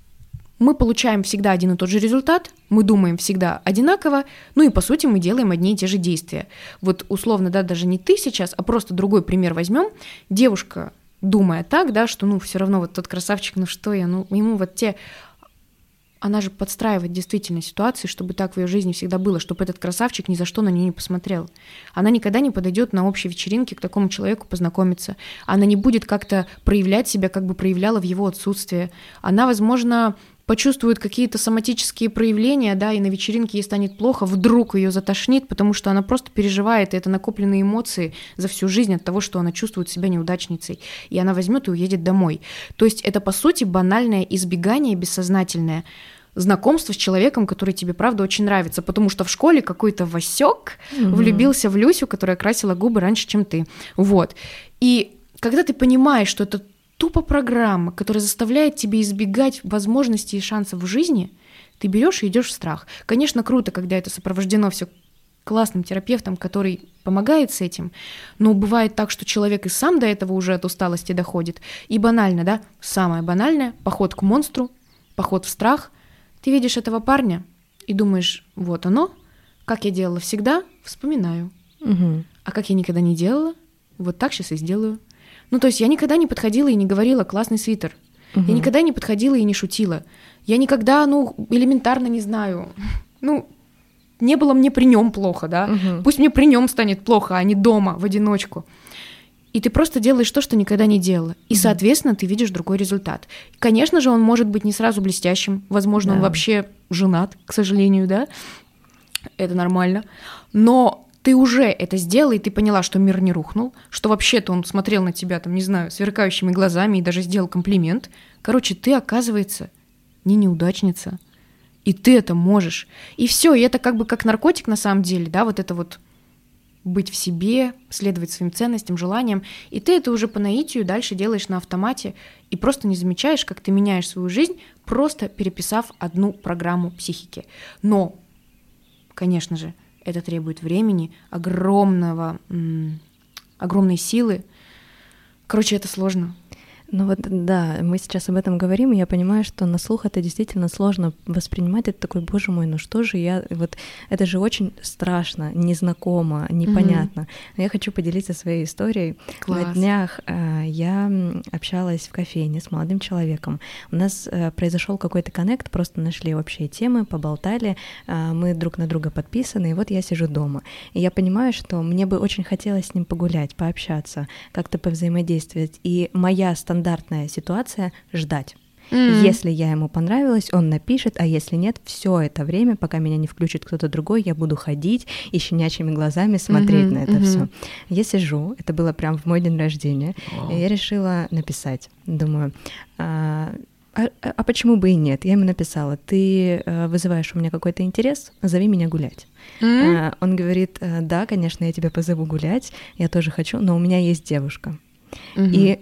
мы получаем всегда один и тот же результат, мы думаем всегда одинаково, ну и, по сути, мы делаем одни и те же действия. Вот условно, да, даже не ты сейчас, а просто другой пример возьмем. Девушка, думая так, да, что, ну, все равно вот тот красавчик, ну что я, ну, ему вот те... Она же подстраивает действительно ситуации, чтобы так в ее жизни всегда было, чтобы этот красавчик ни за что на нее не посмотрел. Она никогда не подойдет на общей вечеринке к такому человеку познакомиться. Она не будет как-то проявлять себя, как бы проявляла в его отсутствие. Она, возможно, почувствует какие-то соматические проявления, да, и на вечеринке ей станет плохо, вдруг ее затошнит, потому что она просто переживает, и это накопленные эмоции за всю жизнь от того, что она чувствует себя неудачницей, и она возьмет и уедет домой. То есть это, по сути, банальное избегание бессознательное, знакомство с человеком, который тебе, правда, очень нравится, потому что в школе какой-то Васёк mm-hmm. влюбился в Люсю, которая красила губы раньше, чем ты. Вот. И когда ты понимаешь, что это тупо программа, которая заставляет тебя избегать возможностей и шансов в жизни, ты берешь и идешь в страх. Конечно, круто, когда это сопровождено все классным терапевтом, который помогает с этим, но бывает так, что человек и сам до этого уже от усталости доходит. И банально, да, самое банальное, поход к монстру, поход в страх. Ты видишь этого парня и думаешь, вот оно, как я делала всегда, вспоминаю. Угу. А как я никогда не делала, вот так сейчас и сделаю. Ну, то есть я никогда не подходила и не говорила «классный свитер». Угу. Я никогда не подходила и не шутила. Я никогда, ну, элементарно не знаю, ну, не было мне при нем плохо, да? Угу. Пусть мне при нем станет плохо, а не дома, в одиночку. И ты просто делаешь то, что никогда не делала. И, соответственно, ты видишь другой результат. Конечно же, он может быть не сразу блестящим. Возможно, да. он вообще женат, к сожалению, да? Это нормально. Но ты уже это сделала, и ты поняла, что мир не рухнул, что вообще-то он смотрел на тебя, там, не знаю, сверкающими глазами и даже сделал комплимент. Короче, ты, оказывается, не неудачница. И ты это можешь. И все, и это как бы как наркотик на самом деле, да, вот это вот быть в себе, следовать своим ценностям, желаниям, и ты это уже по наитию дальше делаешь на автомате и просто не замечаешь, как ты меняешь свою жизнь, просто переписав одну программу психики. Но, конечно же, это требует времени, огромного, м- огромной силы. Короче, это сложно. Ну вот да, мы сейчас об этом говорим, и я понимаю, что на слух это действительно сложно воспринимать. Это такой, боже мой, ну что же я... Вот это же очень страшно, незнакомо, непонятно. Mm-hmm. Но я хочу поделиться своей историей. Класс. На днях э, я общалась в кофейне с молодым человеком. У нас э, произошел какой-то коннект, просто нашли общие темы, поболтали, э, мы друг на друга подписаны, и вот я сижу дома. И я понимаю, что мне бы очень хотелось с ним погулять, пообщаться, как-то повзаимодействовать. И моя стандартная Стандартная ситуация — ждать. Mm-hmm. Если я ему понравилась, он напишет, а если нет, все это время, пока меня не включит кто-то другой, я буду ходить и щенячьими глазами смотреть mm-hmm. на это mm-hmm. все. Я сижу, это было прям в мой день рождения, wow. и я решила написать. Думаю, а, а, а почему бы и нет? Я ему написала: ты а, вызываешь у меня какой-то интерес, зови меня гулять. Mm-hmm. А, он говорит: да, конечно, я тебя позову гулять, я тоже хочу, но у меня есть девушка. Mm-hmm. И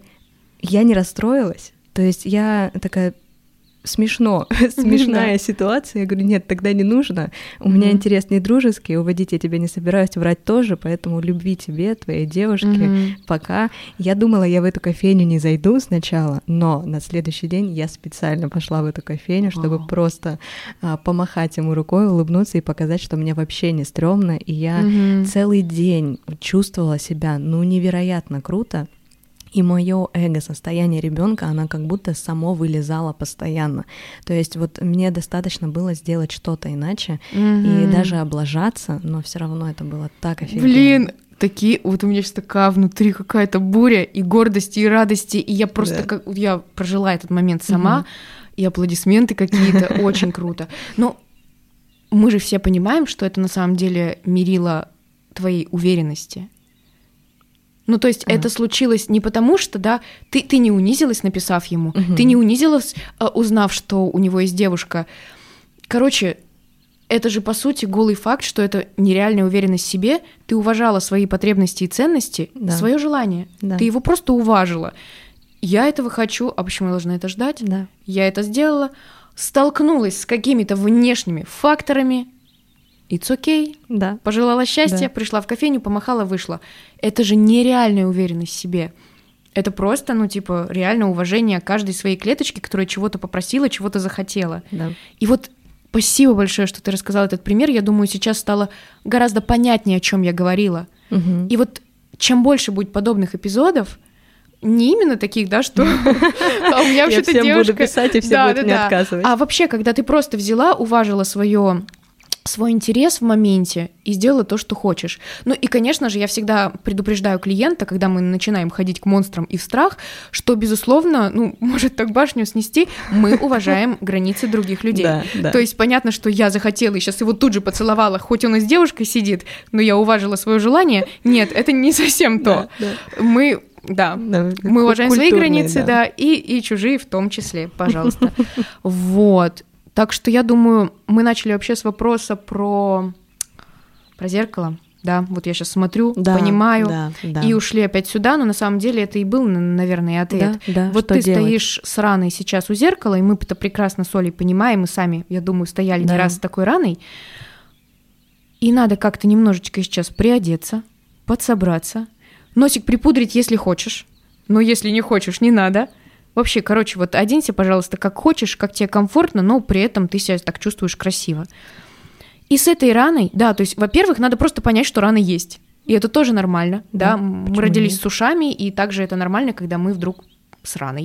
я не расстроилась, то есть я такая, смешно, смешная ситуация, я говорю, нет, тогда не нужно, у меня интерес не дружеский, уводить я тебя не собираюсь, врать тоже, поэтому любви тебе, твоей девушке, пока. Я думала, я в эту кофейню не зайду сначала, но на следующий день я специально пошла в эту кофейню, чтобы просто а, помахать ему рукой, улыбнуться и показать, что мне вообще не стрёмно, и я целый день чувствовала себя, ну, невероятно круто. И мое эго, состояние ребенка, она как будто само вылезала постоянно. То есть вот мне достаточно было сделать что-то иначе mm-hmm. и даже облажаться, но все равно это было так офигенно. Блин, такие, вот у меня сейчас такая внутри какая-то буря и гордости, и радости, и я просто, да. как я прожила этот момент сама, mm-hmm. и аплодисменты какие-то, очень круто. Но мы же все понимаем, что это на самом деле мерило твоей уверенности. Ну, то есть а. это случилось не потому, что, да, ты, ты не унизилась, написав ему, угу. ты не унизилась, узнав, что у него есть девушка. Короче, это же, по сути, голый факт, что это нереальная уверенность в себе. Ты уважала свои потребности и ценности, да. свое желание. Да. Ты его просто уважила. Я этого хочу, а почему я должна это ждать? Да. Я это сделала, столкнулась с какими-то внешними факторами. It's okay. Да. Пожелала счастья, да. пришла в кофейню, помахала, вышла. Это же нереальная уверенность в себе. Это просто, ну, типа, реальное уважение каждой своей клеточки, которая чего-то попросила, чего-то захотела. Да. И вот спасибо большое, что ты рассказала этот пример. Я думаю, сейчас стало гораздо понятнее, о чем я говорила. Угу. И вот чем больше будет подобных эпизодов, не именно таких, да, что а у меня вообще-то девушка... Я всем буду писать, и все будут мне отказывать. А вообще, когда ты просто взяла, уважила свое... свой интерес в моменте и сделала то, что хочешь. Ну и, конечно же, я всегда предупреждаю клиента, когда мы начинаем ходить к монстрам и в страх, что, безусловно, ну, может так башню снести, мы уважаем границы других людей. Да, да. То есть понятно, что я захотела и сейчас его тут же поцеловала, хоть он и с девушкой сидит, но я уважила свое желание. Нет, это не совсем то. Да, да. Мы... Да, да, мы уважаем свои границы, да, да и, и чужие в том числе, пожалуйста. Вот. Так что я думаю, мы начали вообще с вопроса про, про зеркало. Да, вот я сейчас смотрю, да, понимаю, да, да. и ушли опять сюда, но на самом деле это и был, наверное, ответ. Да, да, вот ты делать? Стоишь с раной сейчас у зеркала, и мы это прекрасно с Олей понимаем, мы сами, я думаю, стояли да. не раз с такой раной, и надо как-то немножечко сейчас приодеться, подсобраться, носик припудрить, если хочешь, но если не хочешь, не надо. Вообще, короче, вот оденься, пожалуйста, как хочешь, как тебе комфортно, но при этом ты себя так чувствуешь красиво. И с этой раной, да, то есть, во-первых, надо просто понять, что рана есть. И это тоже нормально, да, да мы родились нет? с ушами, и также это нормально, когда мы вдруг с раной.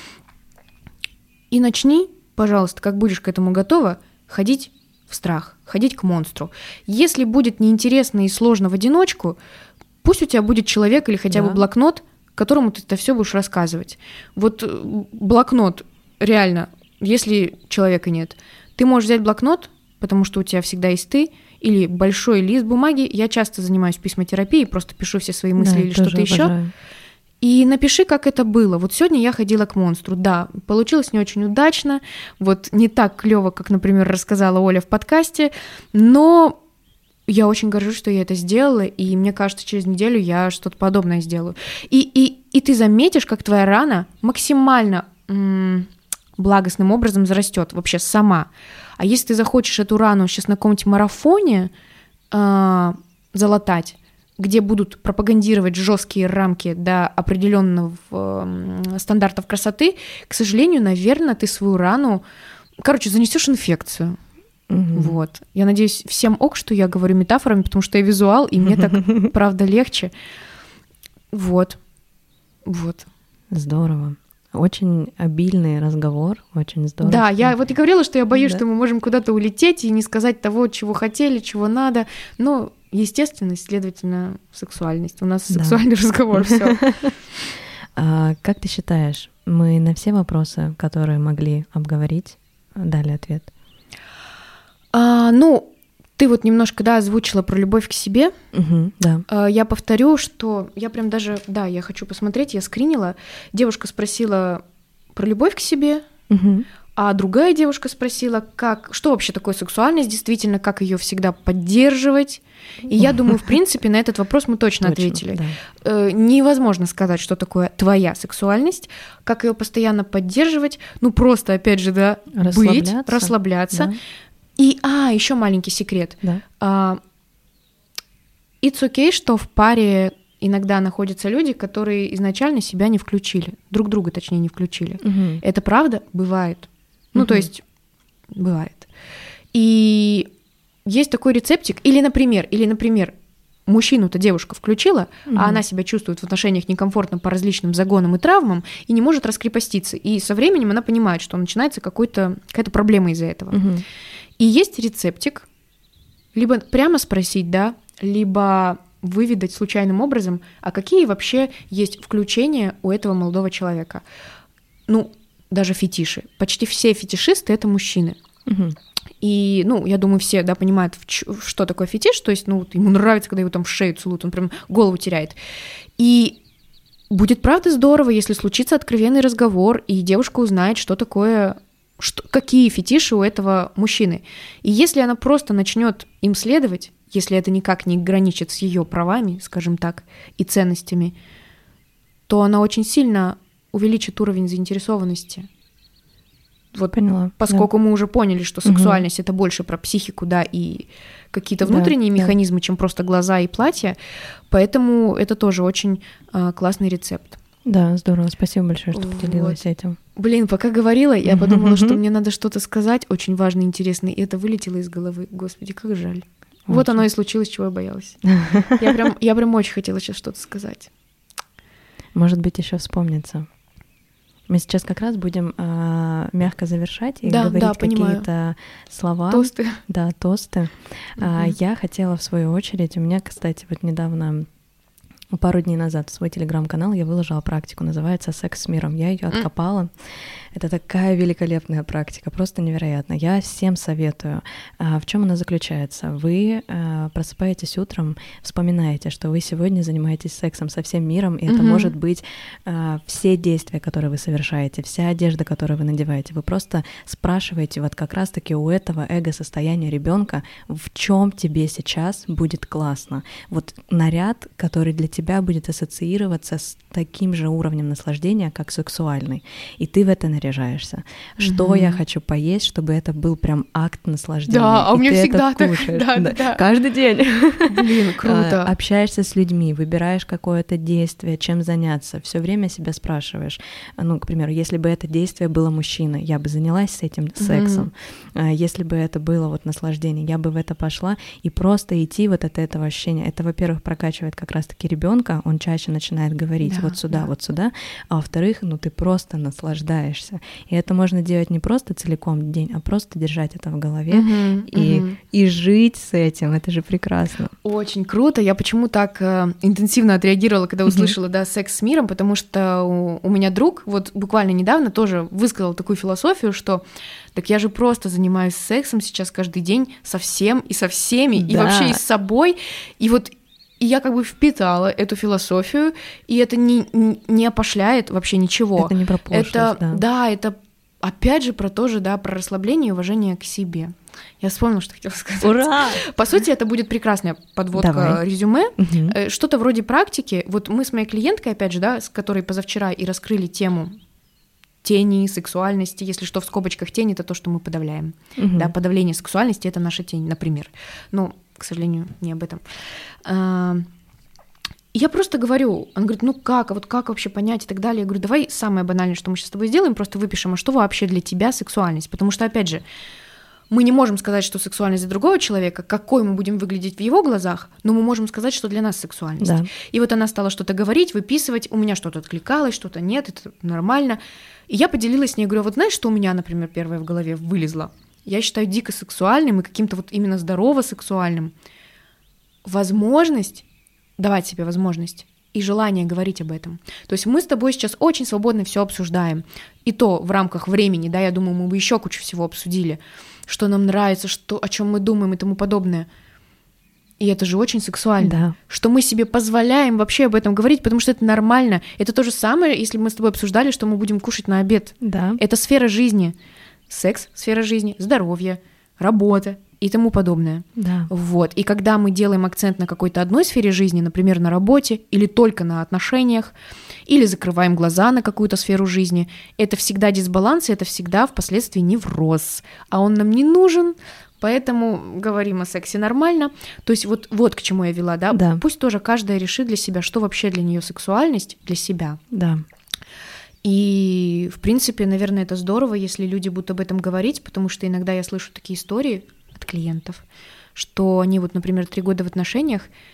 И начни, пожалуйста, как будешь к этому готова, ходить в страх, ходить к монстру. Если будет неинтересно и сложно в одиночку, пусть у тебя будет человек или хотя да. бы блокнот, которому ты это все будешь рассказывать. Вот блокнот, реально, если человека нет, ты можешь взять блокнот, потому что у тебя всегда есть ты, или большой лист бумаги. Я часто занимаюсь письмотерапией, просто пишу все свои мысли да, или что-то еще. И напиши, как это было. Вот сегодня я ходила к монстру. Да, получилось не очень удачно, вот не так клево, как, например, рассказала Оля в подкасте, но... Я очень горжусь, что я это сделала, и мне кажется, через неделю я что-то подобное сделаю. И, и, и ты заметишь, как твоя рана максимально м- благостным образом зарастет вообще сама. А если ты захочешь эту рану сейчас на каком-нибудь марафоне э- залатать, где будут пропагандировать жесткие рамки до определенных э- стандартов красоты, к сожалению, наверное, ты свою рану, короче, занесешь инфекцию. Угу. Вот. Я надеюсь, всем ок, что я говорю метафорами, потому что я визуал, и мне так, правда, легче. Вот. Вот. Здорово. Очень обильный разговор, очень здорово. Да, я вот и говорила, что я боюсь, да. что мы можем куда-то улететь и не сказать того, чего хотели, чего надо. Но естественность, следовательно, сексуальность. У нас да. сексуальный разговор, все. А как ты считаешь, мы на все вопросы, которые могли обговорить, дали ответ? А, ну, ты вот немножко, да, озвучила про любовь к себе. Угу, да. А, я повторю, что я прям даже, да, я хочу посмотреть, я скринила. Девушка спросила про любовь к себе, угу. а другая девушка спросила, как, что вообще такое сексуальность, действительно, как ее всегда поддерживать. И я думаю, в принципе, на этот вопрос мы точно, точно ответили. Да. Невозможно сказать, что такое твоя сексуальность, как ее постоянно поддерживать. Ну, просто, опять же, да, расслабляться. быть, расслабляться. Да. И, а, еще маленький секрет. Да. Uh, it's okay, что в паре иногда находятся люди, которые изначально себя не включили, друг друга, точнее, не включили. Угу. Это правда? Бывает. Ну, угу. то есть, бывает. И есть такой рецептик, или, например, или, например, мужчину-то девушка включила, угу. а она себя чувствует в отношениях некомфортно по различным загонам и травмам и не может раскрепоститься. И со временем она понимает, что начинается какой-то, какая-то проблема из-за этого. Угу. И есть рецептик, либо прямо спросить, да, либо выведать случайным образом, а какие вообще есть включения у этого молодого человека. Ну, даже фетиши. Почти все фетишисты — это мужчины. Угу. И, ну, я думаю, все, да, понимают, что такое фетиш, то есть, ну, ему нравится, когда его там в шею целуют, он прям голову теряет. И будет, правда, здорово, если случится откровенный разговор, и девушка узнает, что такое, что, какие фетиши у этого мужчины. И если она просто начнет им следовать, если это никак не граничит с ее правами, скажем так, и ценностями, то она очень сильно увеличит уровень заинтересованности. Вот, поняла, поскольку да. мы уже поняли, что сексуальность угу. это больше про психику, да, и какие-то внутренние да, механизмы, да. чем просто глаза и платья, поэтому это тоже очень э, классный рецепт. Да, здорово, спасибо большое, что поделилась вот. этим. Блин, пока говорила, я подумала, что мне надо что-то сказать очень важное, интересное, и это вылетело из головы. Господи, как жаль. Очень. Вот оно и случилось, чего я боялась. Я прям, я прям очень хотела сейчас что-то сказать. Может быть, еще вспомнится. Мы сейчас как раз будем э, мягко завершать и да, говорить да, какие-то слова. Тосты. Да, тосты. Угу. А, я хотела, в свою очередь, у меня, кстати, вот недавно, пару дней назад в свой телеграм-канал я выложила практику, называется «Секс с миром». Я ее откопала. Это такая великолепная практика, просто невероятно. Я всем советую. В чем она заключается? Вы просыпаетесь утром, вспоминаете, что вы сегодня занимаетесь сексом со всем миром, и это mm-hmm. может быть все действия, которые вы совершаете, вся одежда, которую вы надеваете. Вы просто спрашиваете вот как раз-таки у этого эго-состояния ребенка, в чем тебе сейчас будет классно. Вот наряд, который для тебя будет ассоциироваться с таким же уровнем наслаждения, как сексуальный. И ты в это наряжаешься. Что mm-hmm. я хочу поесть, чтобы это был прям акт наслаждения. Да, а у меня ты всегда это кушаешь. Так, да, да. Да. Каждый день. Блин, круто. Общаешься с людьми, выбираешь какое-то действие, чем заняться. Все время себя спрашиваешь. Ну, к примеру, если бы это действие было мужчиной, я бы занялась с этим сексом. Mm-hmm. Если бы это было вот наслаждение, я бы в это пошла. И просто идти вот от этого ощущения. Это, во-первых, прокачивает как раз-таки ребенка, он чаще начинает говорить да, вот сюда, да. вот сюда. А во-вторых, ну ты просто наслаждаешься. И это можно делать не просто целиком день, а просто держать это в голове uh-huh, и, uh-huh. и жить с этим. Это же прекрасно. Очень круто. Я почему так э, интенсивно отреагировала, когда услышала, uh-huh. да, секс с миром, потому что у, у меня друг вот буквально недавно тоже высказал такую философию, что так я же просто занимаюсь сексом сейчас каждый день со всем и со всеми, да. и вообще и с собой. И вот И я как бы впитала эту философию, и это не, не опошляет вообще ничего. Это не про пошлость, это, да. Да, это опять же про то же, да, про расслабление и уважение к себе. Я вспомнила, что хотела сказать. Ура! По сути, это будет прекрасная подводка Давай. резюме. Угу. Что-то вроде практики. Вот мы с моей клиенткой, опять же, да, с которой позавчера и раскрыли тему тени, сексуальности. Если что, в скобочках тень — это то, что мы подавляем. Угу. Да, подавление сексуальности — это наша тень, например. Ну, к сожалению, не об этом. Я просто говорю, он говорит, ну как, а вот как вообще понять и так далее. Я говорю, давай самое банальное, что мы сейчас с тобой сделаем, просто выпишем, а что вообще для тебя сексуальность? Потому что, опять же, мы не можем сказать, что сексуальность для другого человека, какой мы будем выглядеть в его глазах, но мы можем сказать, что для нас сексуальность. Да. И вот она стала что-то говорить, выписывать, у меня что-то откликалось, что-то нет, это нормально. И я поделилась с ней, говорю, вот знаешь, что у меня, например, первое в голове вылезло? Я считаю дико сексуальным и каким-то вот именно здорово сексуальным возможность, давать себе возможность и желание говорить об этом. То есть мы с тобой сейчас очень свободно все обсуждаем. И то в рамках времени, да, я думаю, мы бы еще кучу всего обсудили, что нам нравится, что, о чем мы думаем и тому подобное. И это же очень сексуально, да. что мы себе позволяем вообще об этом говорить, потому что это нормально. Это то же самое, если бы мы с тобой обсуждали, что мы будем кушать на обед. Да. Это сфера жизни. Секс — сфера жизни, здоровье, работа и тому подобное. Да. Вот. И когда мы делаем акцент на какой-то одной сфере жизни, например, на работе, или только на отношениях, или закрываем глаза на какую-то сферу жизни, это всегда дисбаланс, и это всегда впоследствии невроз. А он нам не нужен, поэтому говорим о сексе нормально. То есть вот, вот к чему я вела, да? Да. Пусть тоже каждая решит для себя, что вообще для нее сексуальность, для себя. Да. И, в принципе, наверное, это здорово, если люди будут об этом говорить, потому что иногда я слышу такие истории от клиентов, что они вот, например, три года в отношениях,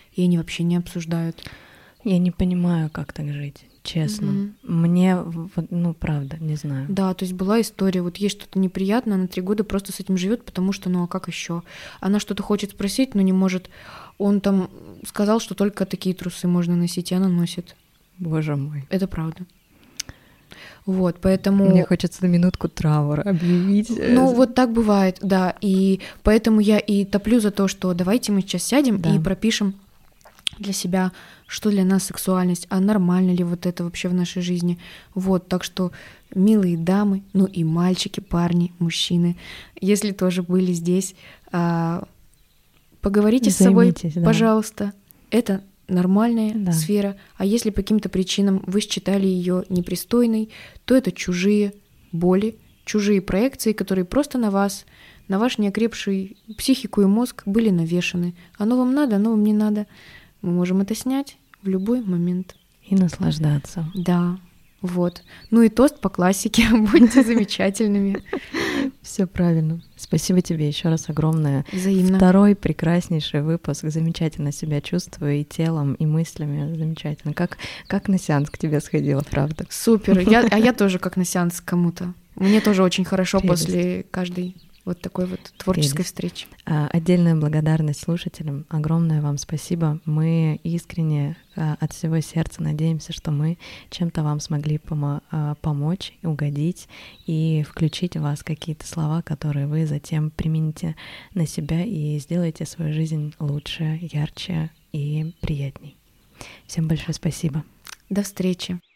и они вообще не обсуждают. Я не понимаю, как так жить, честно. Mm-hmm. Мне, ну, правда, не знаю. Да, то есть была история, вот есть что-то неприятное, она три года просто с этим живет, потому что, ну а как еще? Она что-то хочет спросить, но не может. Он там сказал, что только такие трусы можно носить, и она носит. Боже мой. Это правда. Вот, поэтому... Мне хочется на минутку траура объявить. Ну, вот так бывает, да. И поэтому я и топлю за то, что давайте мы сейчас сядем да. и пропишем для себя, что для нас сексуальность, а нормально ли вот это вообще в нашей жизни. Вот, так что, милые дамы, ну и мальчики, парни, мужчины, если тоже были здесь, поговорите Займитесь, с собой, да. пожалуйста. Это нормальная да. сфера, а если по каким-то причинам вы считали ее непристойной, то это чужие боли, чужие проекции, которые просто на вас, на ваш неокрепший психику и мозг были навешаны. Оно вам надо, оно вам не надо. Мы можем это снять в любой момент. И наслаждаться. Да, вот. Ну и тост по классике. Будьте замечательными. Все правильно. Спасибо тебе еще раз огромное. Взаимно. Второй прекраснейший выпуск. Замечательно себя чувствую и телом, и мыслями. Замечательно. Как, как на сеанс к тебе сходила, правда? Супер. Я, а я тоже как на сеанс к кому-то. Мне тоже очень хорошо Прелесть. После каждой вот такой вот творческой Прелесть. Встречи. Отдельная благодарность слушателям. Огромное вам спасибо. Мы искренне от всего сердца надеемся, что мы чем-то вам смогли помо- помочь, угодить и включить в вас какие-то слова, которые вы затем примените на себя и сделаете свою жизнь лучше, ярче и приятней. Всем большое спасибо. До встречи.